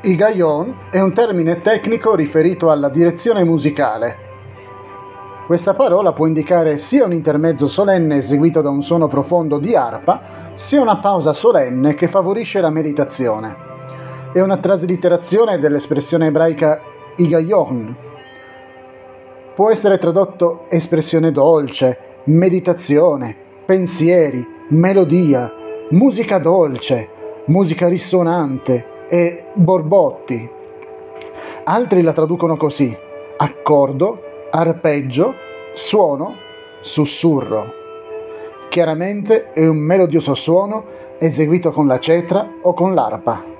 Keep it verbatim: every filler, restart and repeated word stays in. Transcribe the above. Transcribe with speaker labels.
Speaker 1: Higayon è un termine tecnico riferito alla direzione musicale. Questa parola può indicare sia un intermezzo solenne eseguito da un suono profondo di arpa, sia una pausa solenne che favorisce la meditazione. È una traslitterazione dell'espressione ebraica Higayon. Può essere tradotto espressione dolce, meditazione, pensieri, melodia, musica dolce, musica risuonante e borbotti. Altri la traducono così: accordo, arpeggio, suono, sussurro. Chiaramente è un melodioso suono eseguito con la cetra o con l'arpa.